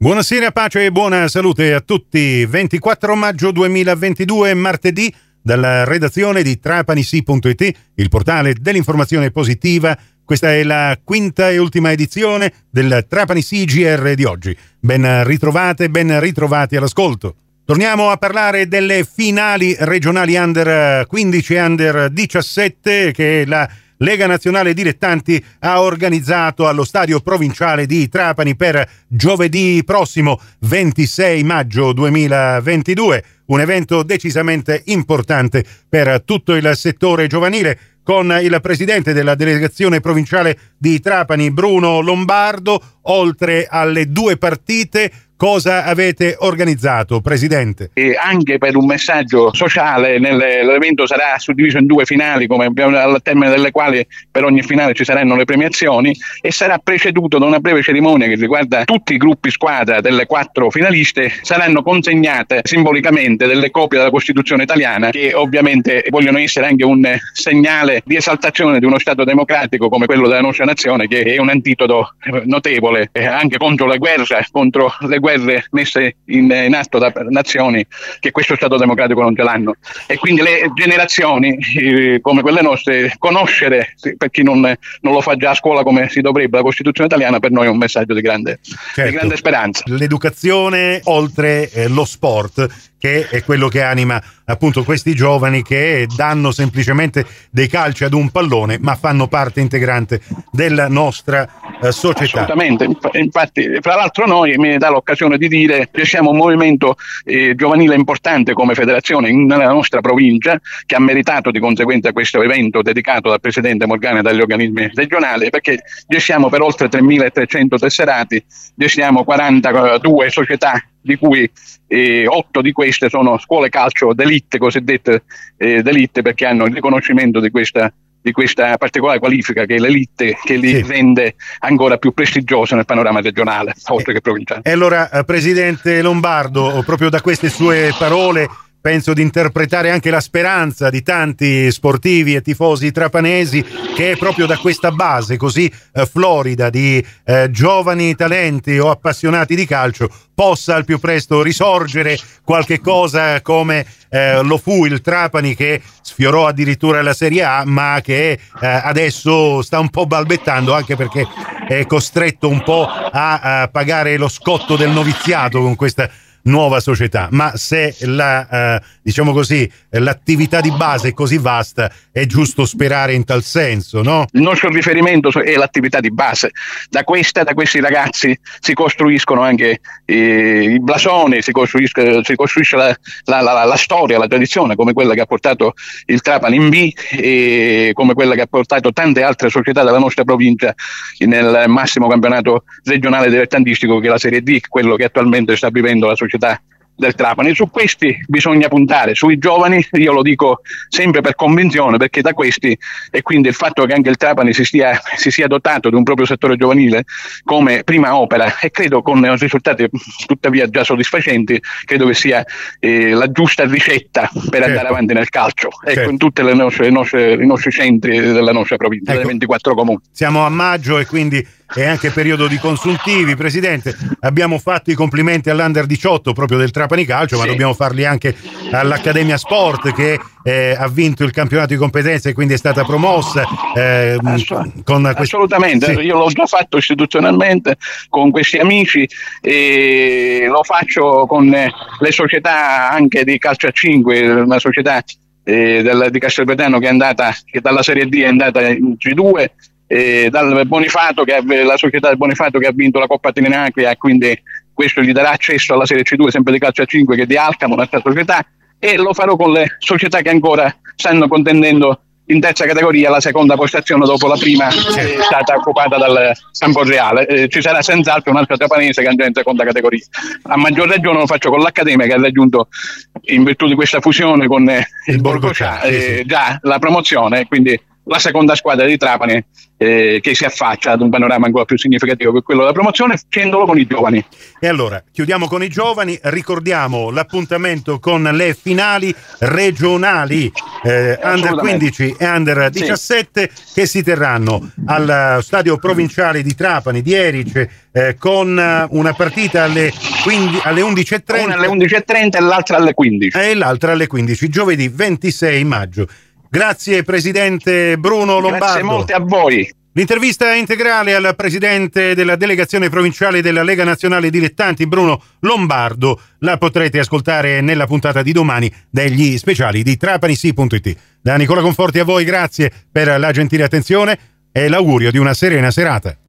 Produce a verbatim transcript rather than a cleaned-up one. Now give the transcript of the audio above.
Buonasera, pace e buona salute a tutti. ventiquattro maggio duemilaventidue, martedì, dalla redazione di Trapanisi punto it, il portale dell'informazione positiva. Questa è la quinta e ultima edizione del Trapanisi G R di oggi. Ben ritrovate, ben ritrovati all'ascolto. Torniamo a parlare delle finali regionali under quindici e under diciassette che la Lega Nazionale Dilettanti ha organizzato allo stadio provinciale di Trapani per giovedì prossimo ventisei maggio duemilaventidue, un evento decisamente importante per tutto il settore giovanile, con il presidente della delegazione provinciale di Trapani, Bruno Lombardo. Oltre alle due partite, cosa avete organizzato, Presidente? E anche per un messaggio sociale, l'evento sarà suddiviso in due finali, come abbiamo, al termine delle quali per ogni finale ci saranno le premiazioni, e sarà preceduto da una breve cerimonia che riguarda tutti i gruppi squadra delle quattro finaliste. Saranno consegnate simbolicamente delle copie della Costituzione italiana, che ovviamente vogliono essere anche un segnale di esaltazione di uno Stato democratico come quello della nostra nazione, che è un antidoto notevole anche contro la guerra, contro le guerre messe in, in atto da nazioni che questo Stato democratico non ce l'hanno. E quindi le generazioni eh, come quelle nostre, conoscere, per chi non, non lo fa già a scuola come si dovrebbe, la Costituzione italiana, per noi è un messaggio di grande, certo, di grande speranza. L'educazione oltre eh, lo sport, che è quello che anima appunto questi giovani che danno semplicemente dei calci ad un pallone, ma fanno parte integrante della nostra eh, società. Assolutamente, infatti fra l'altro noi, mi dà l'occasione di dire che siamo un movimento eh, giovanile importante come federazione nella nostra provincia, che ha meritato di conseguenza questo evento dedicato dal Presidente Morgana e dagli organismi regionali, perché gestiamo per oltre tremilatrecento tesserati, gestiamo quarantadue società, di cui eh, otto di queste sono scuole calcio d'elite, cosiddette eh, d'elite, perché hanno il riconoscimento di questa di questa particolare qualifica che è l'elite, che li sì. rende ancora più prestigiosi nel panorama regionale, oltre che provinciale. E allora, Presidente Lombardo, proprio da queste sue parole penso di interpretare anche la speranza di tanti sportivi e tifosi trapanesi, che proprio da questa base così eh, florida di eh, giovani talenti o appassionati di calcio possa al più presto risorgere qualche cosa come eh, lo fu il Trapani, che sfiorò addirittura la Serie A, ma che eh, adesso sta un po' balbettando, anche perché è costretto un po' a, a pagare lo scotto del noviziato con questa nuova società. Ma se la, eh, diciamo così, l'attività di base è così vasta, è giusto sperare in tal senso, no? Il nostro riferimento è l'attività di base. Da questa, da questi ragazzi si costruiscono anche eh, i blasoni, si costruisce, si costruisce la, la, la, la storia, la tradizione, come quella che ha portato il Trapani in B, e come quella che ha portato tante altre società della nostra provincia nel massimo campionato regionale dilettantistico, che è la Serie D, quello che attualmente sta vivendo la società del Trapani. Su questi bisogna puntare, sui giovani, io lo dico sempre per convinzione, perché da questi, e quindi il fatto che anche il Trapani si sia, si sia dotato di un proprio settore giovanile come prima opera, e credo con risultati tuttavia già soddisfacenti, credo che sia eh, la giusta ricetta per certo. andare avanti nel calcio, certo. ecco, in tutti le nostre, nostre, i nostri centri della nostra provincia, ecco, delle ventiquattro comuni. Siamo a maggio e quindi è anche periodo di consuntivi. Presidente, abbiamo fatto i complimenti all'Under diciotto proprio del Trapani Calcio, ma sì. dobbiamo farli anche all'Accademia Sport, che eh, ha vinto il campionato di competenza e quindi è stata promossa. Eh, Assolut- con questi... Assolutamente, sì. Io l'ho già fatto istituzionalmente con questi amici, e lo faccio con le società anche di calcio a cinque, una società eh, del, di Castelvetrano che è andata, che dalla Serie D è andata in G due, e dal Bonifato, che è la società del Bonifato che ha vinto la Coppa Trinacria, quindi questo gli darà accesso alla Serie C due, sempre di calcio a cinque, che è di Alcamo, un'altra società, e lo farò con le società che ancora stanno contendendo in terza categoria la seconda postazione dopo la prima è stata occupata dal Camporeale. Eh, ci sarà senz'altro un altro trapanese che andrà in seconda categoria. A maggior ragione lo faccio con l'Accademia, che ha raggiunto, in virtù di questa fusione con eh, il Borgoccia, eh, sì. già la promozione, quindi la seconda squadra di Trapani eh, che si affaccia ad un panorama ancora più significativo che quello della promozione, facendolo con i giovani. E allora chiudiamo con i giovani, ricordiamo l'appuntamento con le finali regionali eh, under quindici e under diciassette sì. che si terranno al stadio provinciale di Trapani di Erice eh, con una partita alle, quindi, alle undici e trenta, una alle undici e trenta e l'altra alle quindici e l'altra alle quindici, giovedì ventisei maggio. Grazie Presidente Bruno Lombardo. Grazie molte a voi. L'intervista integrale al Presidente della Delegazione Provinciale della Lega Nazionale Dilettanti, Bruno Lombardo, la potrete ascoltare nella puntata di domani degli speciali di Trapanisi punto it. Da Nicola Conforti a voi, grazie per la gentile attenzione e l'augurio di una serena serata.